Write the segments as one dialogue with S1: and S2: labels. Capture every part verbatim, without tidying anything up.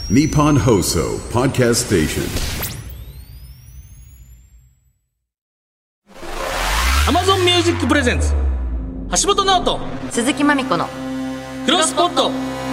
S1: Nippon Hoso Podcast Station。
S2: Amazon Music Presents 橋本直人
S3: 鈴木まみこの
S2: クロスポット。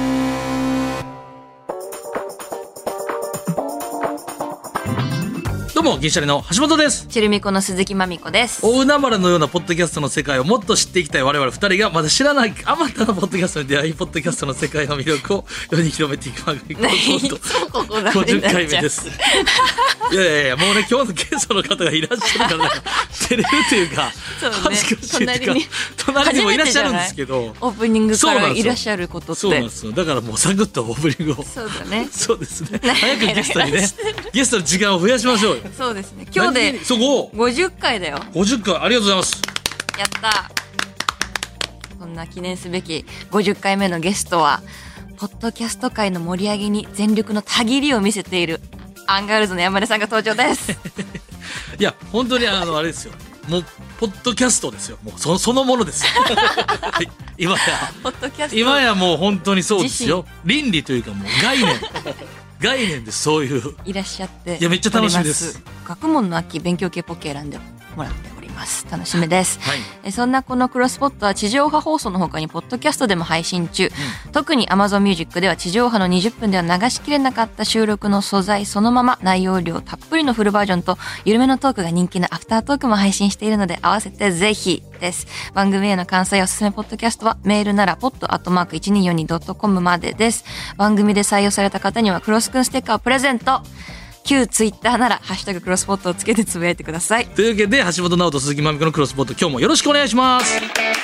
S2: どうも銀シャリの橋本です。
S3: チルミコの鈴木まみこです。
S2: 大海原のようなポッドキャストの世界をもっと知っていきたい我々二人がまだ知らないあまたのポッドキャストに出会い、ポッドキャストの世界の魅力を世に広めていく番組クロスポット
S3: ここだ
S2: ごじゅっかいめです。いやいやいや、もうね、今日のゲストの方がいらっしゃるから、ね、照れるというか
S3: そうね、
S2: 恥ずかしいというか
S3: 隣に
S2: 隣にもいらっしゃるんですけど、
S3: オープニングからいらっしゃることって
S2: そうなんですよ。だからもうサクッとオープニングを。
S3: そうだね。
S2: そうですね。早くゲストにね、ゲストの時間を増やしましょうよ。
S3: そうですね。今日で
S2: そこ
S3: ごじゅっかいだよ。
S2: ごじゅっかいありがとうございます。
S3: やった。こんな記念すべきごじゅっかいめのゲストはポッドキャスト界の盛り上げに全力のたぎりを見せているアンガールズの山根さんが登場です。
S2: いや本当にあのあれですよ。もうポッドキャストですよ。もう そ, そのものですよ。はい、今や
S3: ポッドキャスト
S2: 今やもう本当にそうですよ。倫理というかもう概念概念でそういう
S3: いらっしゃって、
S2: いやめっちゃ楽しみです。
S3: 学問の秋勉強系ポッケ選んでもらっております。楽しみです、
S2: はい、
S3: えそんなこのクロスポットは地上波放送の他にポッドキャストでも配信中、うん、特に Amazon Music では地上波のにじゅっぷんでは流しきれなかった収録の素材そのまま内容量たっぷりのフルバージョンと緩めのトークが人気のアフタートークも配信しているので合わせてぜひです。番組への感想やおすすめポッドキャストはメールなら ポッド アットマーク いちにーよんに ドットコム までです。番組で採用された方にはクロスくんステッカーをプレゼント。旧ツイッターならハッシュタグクロスポットをつけてつぶやいてください。
S2: というわけで橋本直人鈴木まみこのクロスポット、今日もよろしくお願いします。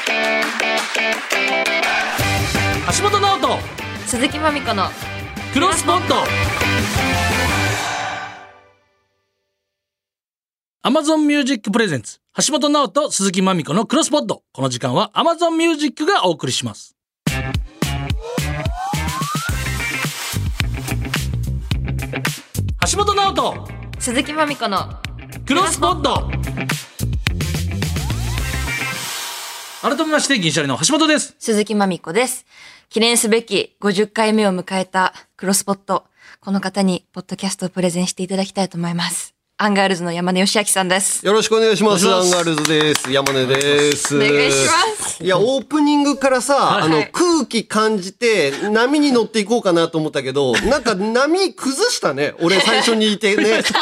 S2: 橋本直人
S3: 鈴木まみこの
S2: クロスポット。 Amazon Music Presents 橋本直人鈴木まみこのクロスポット。この時間は Amazon Music がお送りします。橋本直人
S3: 鈴木まみこの
S2: クロスポット。改めまして銀シャリの橋本です。
S3: 鈴木まみこです。記念すべきごじゅっかいめを迎えたクロスポット、この方にポッドキャストをプレゼンしていただきたいと思います。アンガールズの山根義明さんです。
S4: よろしくお願いします。アンガールズです。山根です。
S3: お願いします。
S4: いや、オープニングからさ、
S2: はい、
S4: あの、空気感じて、波に乗っていこうかなと思ったけど、なんか波崩したね。俺最初にいてね。
S3: そ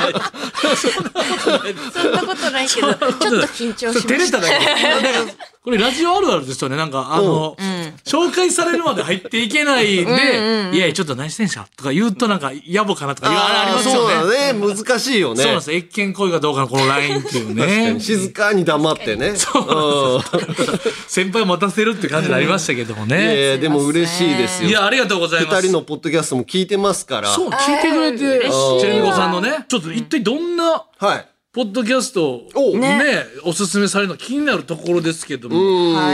S3: んなことないけど、ちょっと緊張しました。
S2: 照れただけ。これラジオあるあるですよね。なんか、あの、うん、紹介されるまで入っていけないんで、うんうんうん、いやいや、ちょっと何してんしゃとか言うとなんか、野暮かなとか言われありますよね。
S4: そうだね。難しいよね。
S2: そうなんです。越見恋かどうかのこのラインっていうね。
S4: 確かに静かに黙ってね。
S2: そうなんです。先輩を待たせるって感じになりましたけどもね。うん、
S4: いやいや、でも嬉しいですよ。
S2: いや、ありがとうございます。
S4: 二人のポッドキャストも聞いてますから。
S2: そう、聞いてくれて、チェルミコさんのね、ちょっと一体どんな、はい。ポッドキャストをね、ね、おすすめされるの気になるところですけども、
S3: はい、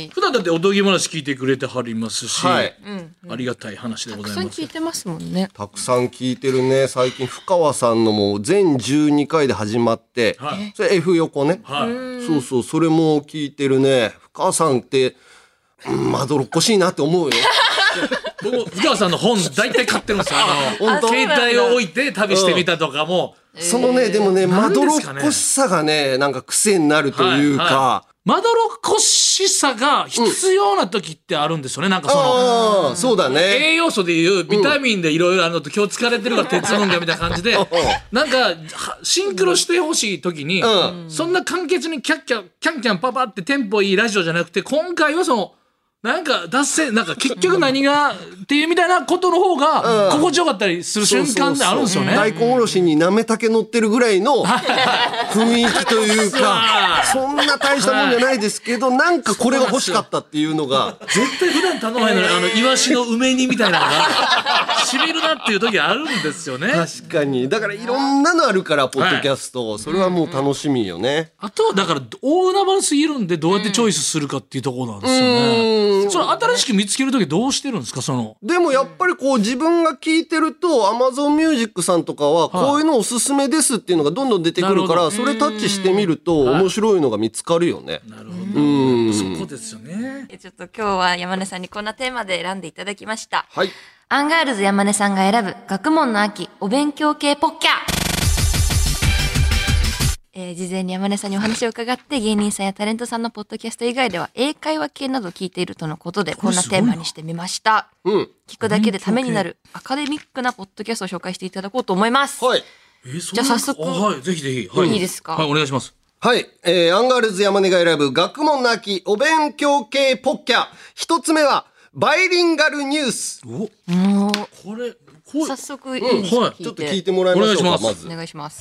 S2: 普段だっておとぎ話聞いてくれてはりますし、はい、
S3: うん、
S2: ありがたい話でございます。
S3: たくさん聞いてますもんね。
S4: たくさん聞いてるね。最近深川さんのも全じゅうにかいで始まって、はい、それ F 横ね、はい、そうそう、それも聞いてるね。深川さんって、うん、まどろっこしいなって思うよ。
S2: 僕深川さんの本大体買ってるんですよ。あの携帯を置いて旅してみたとかも、
S4: うん、そのね、でもね、まどろっこしさがね、なんか癖になるというか、はいはい、
S2: まどろっこしさが必要な時ってあるんですよね。うん、なんかその、
S4: あ、そうだね、
S2: 栄養素でいうビタミンでいろいろあるのと、今日疲れてるから鉄分がみたいな感じで、なんかシンクロしてほしい時に、うん、そんな簡潔にキャッキャキャンキャンパパってテンポいいラジオじゃなくて、今回はそのなんか脱線、なんか結局何がっていうみたいなことの方が心地よかったりする瞬間ってあるんですよね。
S4: 大根おろしになめたけ乗ってるぐらいの雰囲気というか、そんな大したもんじゃないですけど、なんかこれが欲しかったっていうのが、
S2: 絶対普段頼まないのに、あのイワシの梅煮みたいなのがしみるなっていう時あるんですよね。
S4: 確かに。だからいろんなのあるからポッドキャスト、はい、それはもう楽しみよね。
S2: あとはだから大海原すぎるんで、どうやってチョイスするかっていうところなんですよね。その新しく見つけるときどうしてるんですか？その
S4: でもやっぱりこう自分が聞いてると Amazon Music さんとかはこういうのおすすめですっていうのがどんどん出てくるから、それタッチしてみると面白いのが見つかるよね。
S2: なるほど。うん、そこですよね。
S3: ちょっと今日は山根さんにこんなテーマで選んでいただきました。
S4: はい。
S3: アンガールズ山根さんが選ぶ学問の秋お勉強系ポッキャ。えー、事前に山根さんにお話を伺って芸人さんやタレントさんのポッドキャスト以外では英会話系などを聞いているとのことでこんなテーマにしてみました。
S4: うん。
S3: 聞くだけでためになるアカデミックなポッドキャストを紹介していただこうと思います。
S4: はい。
S2: えー、
S3: じゃあ早速。
S2: はい、ぜひぜひ。はい。
S3: いいですか？
S2: はい、お願いします。
S4: はい。えー、アンガールズ山根が選ぶ学問の秋お勉強系ポッキャ。一つ目は、バイリンガルニュース。
S2: お
S3: もう、
S2: これ、こ
S3: 早速いいですか、
S2: うんはい、
S4: ちょっと聞いてもらいましょうか、まず。
S3: お願いします。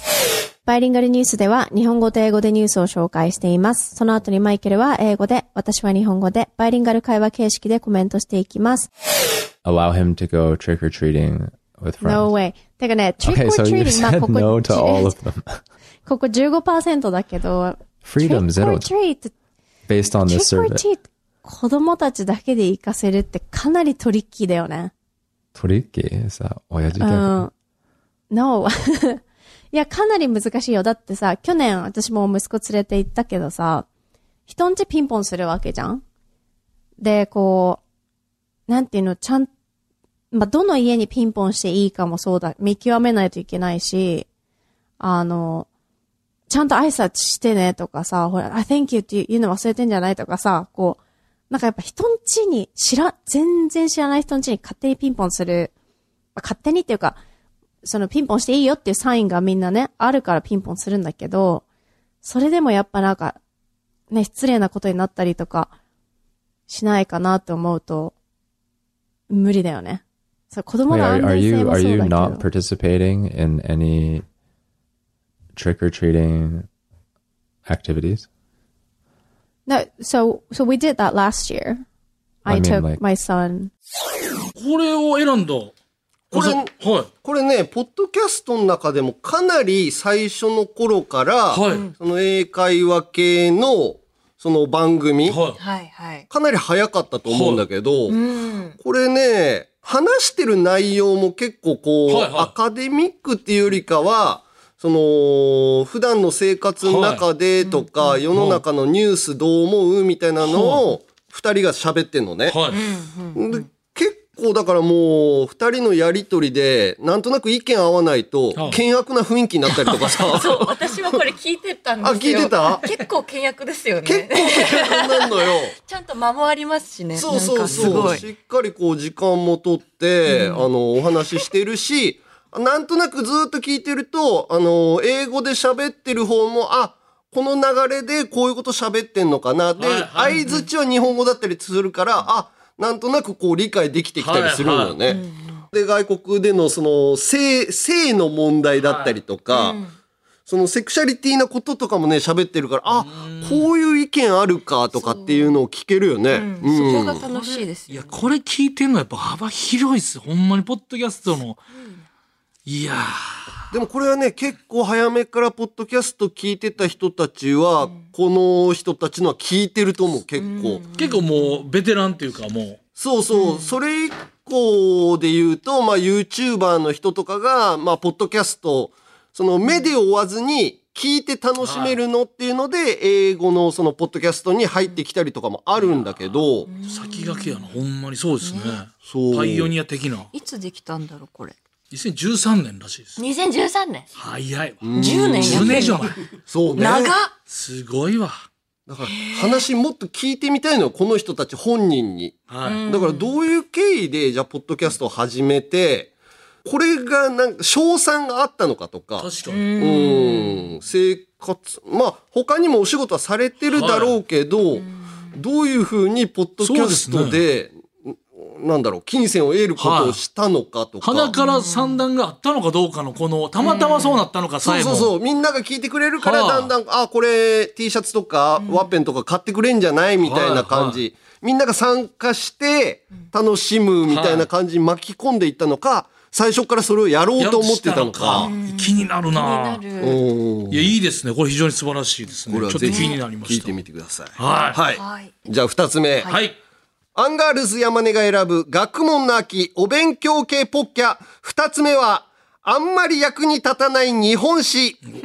S5: バイリンガルニュースでは日本語と英語でニュースを紹介しています。その後にマイケルは英語で、私は日本語で、バイリンガル会話形式でコメントしていきます。
S6: Allow him to go trick or treating with friends.
S5: No way. てかね、trick or
S6: Okay, so you
S5: treating、まあ、
S6: said
S5: ここ、
S6: no to all of them.
S5: ここ じゅうごパーセント だけど、
S6: Freedom
S5: trick or
S6: zero
S5: treat
S6: based on this
S5: trick or
S6: survey.
S5: treat 子供たちだけで行かせるってかなりトリッキーだよね。
S6: Tricky? Is that 親父ギ
S5: う
S6: ャグ？
S5: ん。No. いや、かなり難しいよ。だってさ、去年私も息子連れて行ったけどさ、人んちピンポンするわけじゃん？で、こう、なんていうの、ちゃん、まあ、どの家にピンポンしていいかもそうだ、見極めないといけないし、あの、ちゃんと挨拶してねとかさ、ほら、I thank you っていうの忘れてんじゃないとかさ、こう、なんかやっぱ人んちに、知ら、全然知らない人んちに勝手にピンポンする、まあ、勝手にっていうか、そのピンポンしていいよっていうサインがみんなね、あるからピンポンするんだけど、それでもやっぱなんか、ね、失礼なことになったりとか、しないかなって思うと、無理だよね。それ子供
S6: Wait,
S5: の安
S6: are, are
S5: 全性
S6: you
S5: も
S6: are
S5: そう
S6: you
S5: だけど。
S6: not participating in any trick or treating activities?
S5: No, so, so we did that last year. I,
S6: I mean,
S5: took
S6: like-
S5: my son.
S2: これを選んだ。
S4: これ、
S2: はい。
S4: これね、ポッドキャストの中でもかなり最初の頃から、
S2: はい。
S4: その英会話系の、その番組、
S2: はい。
S3: はいはい。
S4: かなり早かったと思うんだけど、
S3: うん。
S4: これね、話してる内容も結構こう、
S2: はいはい
S4: アカデミックっていうよりかは、その、普段の生活の中でとか、世の中のニュースどう思うみたいなのを、二人が喋ってんのね。
S2: はい。
S4: で結構だからもう、二人のやりとりで、なんとなく意見合わないと
S2: はい、
S4: 険悪な雰囲気になったりとかさ。
S3: そう、私もこれ聞いてたんですよ。
S4: あ聞いてた
S3: 結構倹約ですよね。
S4: 結構険悪なんのよ。
S3: ちゃんと間もありますしね。
S4: そうそう
S3: なんかす
S4: そう。
S3: ごい。
S4: しっかりこう時間もとって、あの、お話ししてるし、なんとなくずっと聞いてると、あの、英語で喋ってる方も、あ、この流れでこういうこと喋ってんのかな。で、
S2: はいはい
S4: 相づちは日本語だったりするから、あ、なんとなくこう理解できてきたりするのよね。で、外国でのその性、性の問題だったりとか、そのセクシャリティなこととかもね、喋ってるから、あ、こういう意見あるかとかっていうのを聞けるよね。
S3: そ
S4: うん
S3: こが楽しいです
S2: いや、
S3: よね。
S2: これ聞いてんのはやっぱ幅広いっす。ほんまにポッドキャストの。いや
S4: でもこれはね、結構早めからポッドキャスト聞いてた人たちは、この人たちのは聞いてると思う、結構。
S2: ー、結構もうベテランっていうかもう。
S4: そうそう、それ以降で言うと、まあ YouTuber の人とかが、まあポッドキャスト、その目で追わずに聞いて楽しめるのっていうので、英語のそのポッドキャストに入ってきたりとかもあるんだけど、
S2: 先駆けやな、ほんまにそうですね。
S4: そう。
S2: パイオニア的な。
S3: いつできたんだろう、これ。
S2: にせんじゅうさんねんらしいです。
S3: にせんじゅうさんね
S2: 早いわ。
S3: ん。じゅうねん
S2: じゅ
S3: やってんの
S2: うねん以上前。
S4: そうね。
S3: 長っ。
S2: すごいわ。
S4: だから話もっと聞いてみたいのよ、この人たち本人に。
S2: はい。
S4: だからどういう経緯で、じゃあ、ポッドキャストを始めて、これがなんか、賞賛があったのかとか、
S2: 確かに。
S4: うん、生活、まあ、他にもお仕事はされてるだろうけど、どういうふうにポッドキャストで、なんだろう、金銭を得ることをしたのかとか。
S2: 鼻から三段があったのかどうかのこの、たまたまそうなったのかさえも。
S4: そうそうそう。みんなが聞いてくれるから、
S2: はあ
S4: だんだん、あ、これ T シャツとか、ワッペンとか買ってくれんじゃないみたいな感じ。
S2: はい
S4: みんなが参加して、楽しむみたいな感じに巻き込んでいったのか、最初からそれをやろうと思ってたのか。
S2: 気になるな。
S3: 気になる。
S4: うん
S2: いや、いいですね。これ非常に素晴らしいですね。
S4: これはぜひ
S2: ちょっと気になりました。
S4: 聞いてみてください。
S2: はい。
S4: はい。
S3: はい。
S4: じゃあ二つ目。
S2: はい。
S4: アンガールズ山根が選ぶ学問の秋お勉強系ポッキャ。二つ目は、あんまり役に立たない日本史。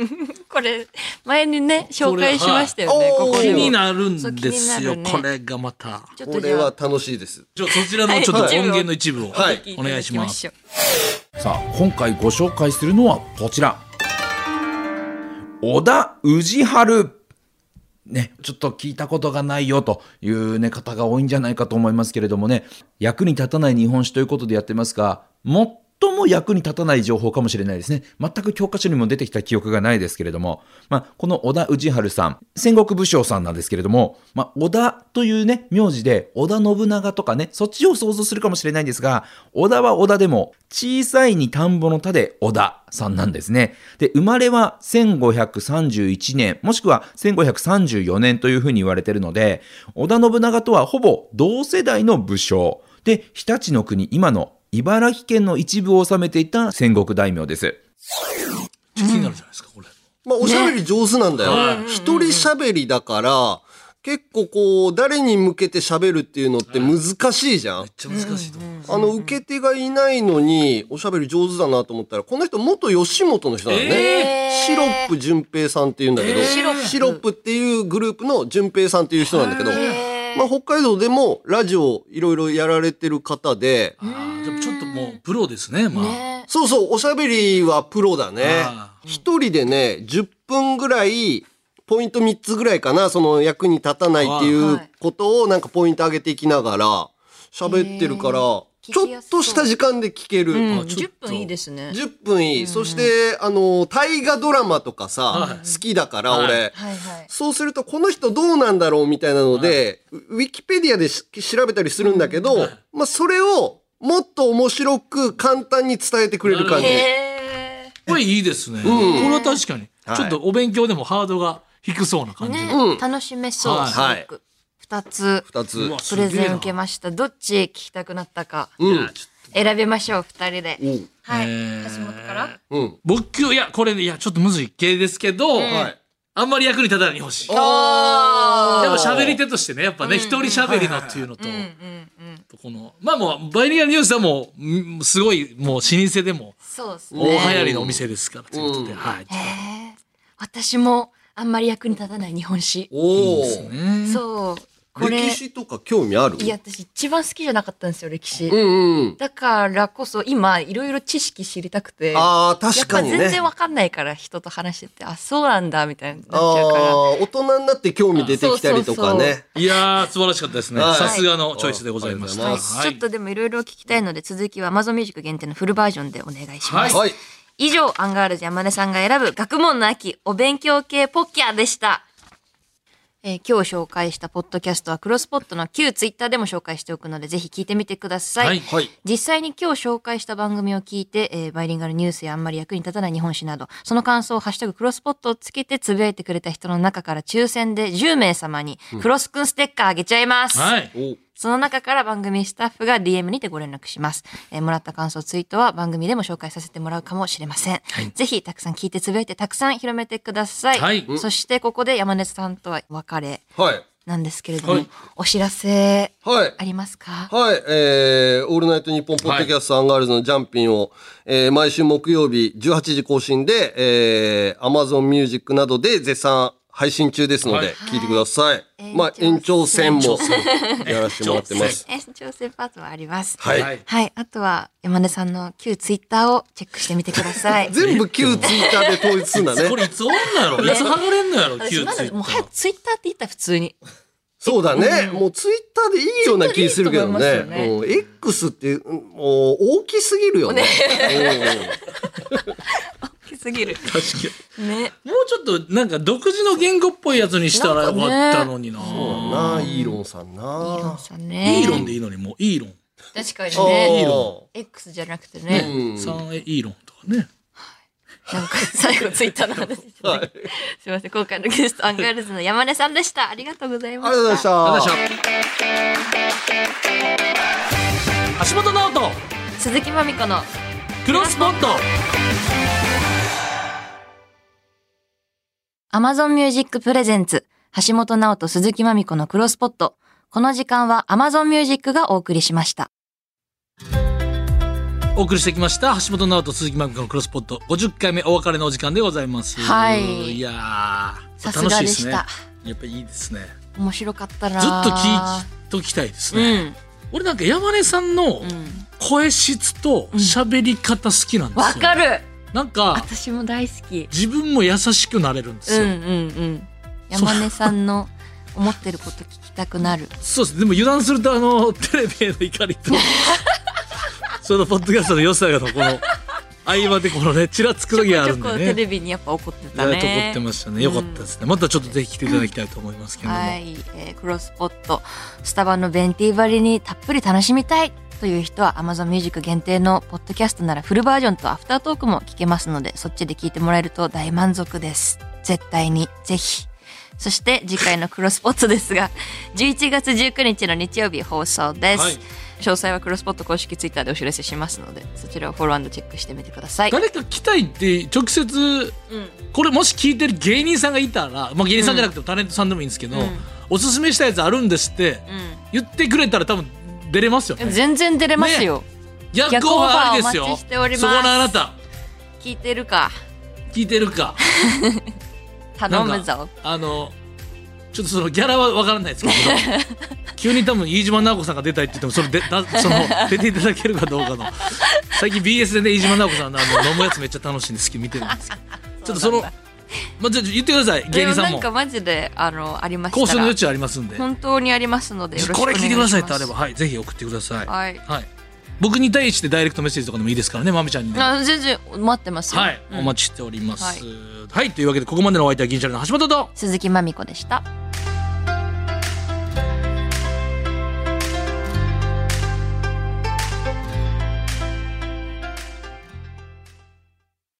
S3: これ前にね紹介しましたよね。
S4: これ
S3: ここでも
S2: 気になるん
S3: そう気
S2: ですよ、
S3: になるね
S2: これがまた。
S3: ちょっとじゃあ
S4: これは楽しいです。
S2: ちょそちらのちょっと音源の一部を
S4: はい
S3: 聞いて
S2: お願いします。
S3: ただきょう
S7: さあ今回ご紹介するのはこちら、小田氏春ね、ちょっと聞いたことがないよという、ね、方が多いんじゃないかと思いますけれどもね、役に立たない日本史ということでやってますが、最も役に立たない情報かもしれないですね。全く教科書にも出てきた記憶がないですけれども、まあ、この小田氏春さん、戦国武将さんなんですけれども、まあ、織田というね名字で織田信長とかね、そっちを想像するかもしれないんですが、織田は織田でも小さいに田んぼの田で織田さんなんですね。で、生まれはせんごひゃくさんじゅういちねんもしくはせんごひゃくさんじゅうよねんというふうに言われているので、織田信長とはほぼ同世代の武将で、日立の国、今の茨城県の一部を治めていた戦国大名です。
S2: 気になるじゃないですかこれ。
S4: まあ、おしゃべり上手なんだよ。一人喋りだから、結構こう、誰に向けて喋るっていうのって難しいじゃん。
S2: めっちゃ難しいと思う。
S4: あの、受け手がいないのに、おしゃべり上手だなと思ったら、この人元吉本の人なのね。シロップ純平さんっていうんだけど、シロップっていうグループの純平さんっていう人なんだけど、まあ、北海道でもラジオいろいろやられてる方で、
S2: あーでもちょっともうプロですね。まあ、
S4: そうそう、おしゃべりはプロだね
S2: あ。
S4: 一人でね、じゅっぷんぐらい、ポイントみっつぐらいかな、その役に立たないっていうことをなんかポイント上げていきながら喋ってるから、ちょっとした時間で聞ける。
S3: うん、じゅっぷんいいですね。
S4: じゅっぷんいい。そして、あの、大河ドラマとかさ、好きだから、俺。
S3: はいはい。
S4: そうすると、この人どうなんだろうみたいなので、ウィキペディアでし調べたりするんだけど、まあ、それをもっと面白く簡単に伝えてくれる感じ。
S3: へ
S2: これいいですね。これは確かに、ちょっとお勉強でもハードが低そうな
S3: ー
S2: 感じ。
S3: ね、
S4: うん
S3: 楽しめそう。
S2: はい
S3: すごく二つ
S4: 二つ。
S2: うわ
S3: プレゼン受けました。どっち聞きたくなったか
S4: うん。
S3: 選べましょう、二人で。
S4: うん
S3: はい。
S2: えー
S3: 橋本から。
S4: うん。
S2: 僕いやこれねいやちょっとむずい系ですけど、
S4: はい。
S2: あんまり役に立たないに欲しい。でも
S4: あ
S2: 喋り手としてねやっぱね一人喋りのっていうのと、とこのまあもうバイリンガルニュースはもうすごいもう老舗でも
S3: そうです
S2: 大
S3: ね。
S2: 流行りのお店ですからということで、はい。
S3: へー私もあんまり役に立たない日本史。
S4: おお。
S3: そう。これ。
S4: 歴史とか興味ある？
S3: いや、私一番好きじゃなかったんですよ、歴史。
S4: うんうん。
S3: だからこそ今いろいろ知識知りたくて。
S4: ああ、確かにね。
S3: やっぱ全然わかんないから人と話してて、あ、そうなんだみたいになっち
S4: あ
S3: ゃうから。
S4: あ、大人になって興味出てきたりとかね。
S2: いやー素晴らしかったですね。
S4: はい
S2: さすがのチョイスでございました。
S4: はい
S3: ちょっとでもいろいろ聞きたいので続きは Amazon Music 限定のフルバージョンでお願いします。
S4: はい。
S3: 以上、アンガールズ山根さんが選ぶ学問の秋お勉強系ポッキャーでした。えー今日紹介したポッドキャストはクロスポットの旧ツイッターでも紹介しておくのでぜひ聞いてみてください。
S2: はい
S4: はい。
S3: 実際に今日紹介した番組を聞いて、えーバイリンガルニュースやあんまり役に立たない日本史など、その感想をハッシュタグクロスポットをつけてつぶやいてくれた人の中から抽選でじゅうめい様にクロスくんステッカーあげちゃいます。
S2: はい。
S4: お
S3: その中から番組スタッフが ディーエム にてご連絡します。えーもらった感想ツイートは番組でも紹介させてもらうかもしれません。ぜひたくさん聞いてつぶやいてたくさん広めてください。
S2: はい
S3: そしてここで山根さんとはお別れ
S4: はい。
S3: なんですけれども、
S2: はい
S3: お知らせ
S4: はい。
S3: ありますか？
S4: はい、えー、オールナイトニッポンポッドキャストアンガールズのジャンピンを、えー、毎週木曜日じゅうはちじ更新で、えー、Amazon Music などで絶賛配信中ですの
S2: はい
S4: で、聞いてください。
S3: はい
S4: まあ、延長戦もやらせてもらってます。
S3: 延長戦パートもあります。
S4: はい。
S2: はい
S3: はい。あとは山根さんの旧ツイッターをチェックしてみてください。
S4: 全部旧ツイッターで統一すんだね
S2: こ。れいつ終わんのやろいつ剥がれんのやろ
S3: 私
S2: 旧ツイッタ
S3: まだもう早く
S2: ー。
S3: ツイッターって言ったら普通に。
S4: そうだね。もうツイッターでいいような気するけどね。
S3: ツイッターでいいと思い
S4: うん X って、もう大きすぎるよね。
S3: 大きすぎる。
S2: 確かに。
S3: ね。
S2: もうちょっとなんか独自の言語っぽいやつにしたらよかったのにな。
S4: うんなあ、イーロンさん
S3: イーロ
S4: な
S3: ン。さんね。
S2: イーロンでいいのにもうイーロン。
S3: 確かに
S4: あ
S3: ね。
S4: ー
S3: X じゃなくてね。
S4: うん
S2: サンエイーロンとかね。
S3: なんか最後ツイッターの話ですね。
S4: はい
S3: すみません。今回のゲストアンガールズの山根さんでした。ありがとうございま
S4: ありがとうございま
S3: した。
S4: した。
S2: 橋本直人
S3: 鈴木まみこの
S2: クロスポット。
S3: Amazon Music Presents 橋本直人鈴木まみこのクロスポット。この時間は Amazon Music がお送りしました。
S2: お送りしてきました橋本直人鈴木まみこのクロスポットごじゅっかいめお別れのお時間でございます。
S3: はい
S2: いやー
S3: さすがでした。
S2: 楽しいですね。やっぱいいですね。
S3: 面白かったな。
S2: ずっと聞いときたいですね、うん、俺なんか山根さんの声質と喋り方好きなんですよ。
S3: わ、うん、かる。
S2: なんか
S3: 私も大好き。
S2: 自分も優しくなれるんですよ。
S3: うんうんうん。山根さんの思ってること聞きたくなる。
S2: そうです。でも油断するとあのテレビへの怒りとそのポッドキャストの良さがこの合間でこのねちらつく時があるんでね。ちょこちょこテ
S3: レビにやっぱ怒ってたね。
S2: 怒ってましたね。よかったですね、うん、またちょっとぜひ来ていただきたいと思いますけども、
S3: はい、えー、クロスポットスタバのベンティーバリにたっぷり楽しみたいという人は Amazon Music 限定のポッドキャストならフルバージョンとアフタートークも聞けますので、そっちで聞いてもらえると大満足です。絶対にぜひ。そして次回のクロスポットですがじゅういちがつじゅうくにちの日曜日放送です、はい、詳細はクロスポット公式ツイッターでお知らせしますので、そちらをフォロー&チェックしてみてください。
S2: 誰か来たいって直接、うん、これもし聞いてる芸人さんがいたら、まあ、芸人さんじゃなくてもタレントさんでもいいんですけど、うん、おすすめしたやつあるんですって、うん、言ってくれたら多分出れますよね。
S3: 全然出れますよ、
S2: ね、逆オファーありですよ。
S3: お待ちしております。
S2: そこのあなた
S3: 聞いてるか
S2: 聞いてるか
S3: 頼むぞ。
S2: あのちょっとそのギャラは分からないですけど急に多分飯島直子さんが出たいって言ってもそれでだその出ていただけるかどうかの最近 ビーエス でね飯島直子さんのあの飲むやつめっちゃ楽しいんですけど見てるんですけどちょっとそのまあ、じゃあ言ってください芸人さんも。
S3: なんかマジであのありましたら
S2: 交渉の余地ありますんで
S3: 本当にありますのでよろしくお願いします。
S2: これ聞いてくださいってあれば、はい、ぜひ送ってください。
S3: はい、
S2: はい、僕に対してダイレクトメッセージとかでもいいですからねまみちゃんにね。
S3: あ全然待ってますよ。
S2: はい、うん、お待ちしております。
S3: はい、
S2: はい、というわけでここまでのお相手は銀シャリの橋本と
S3: 鈴木まみこでした。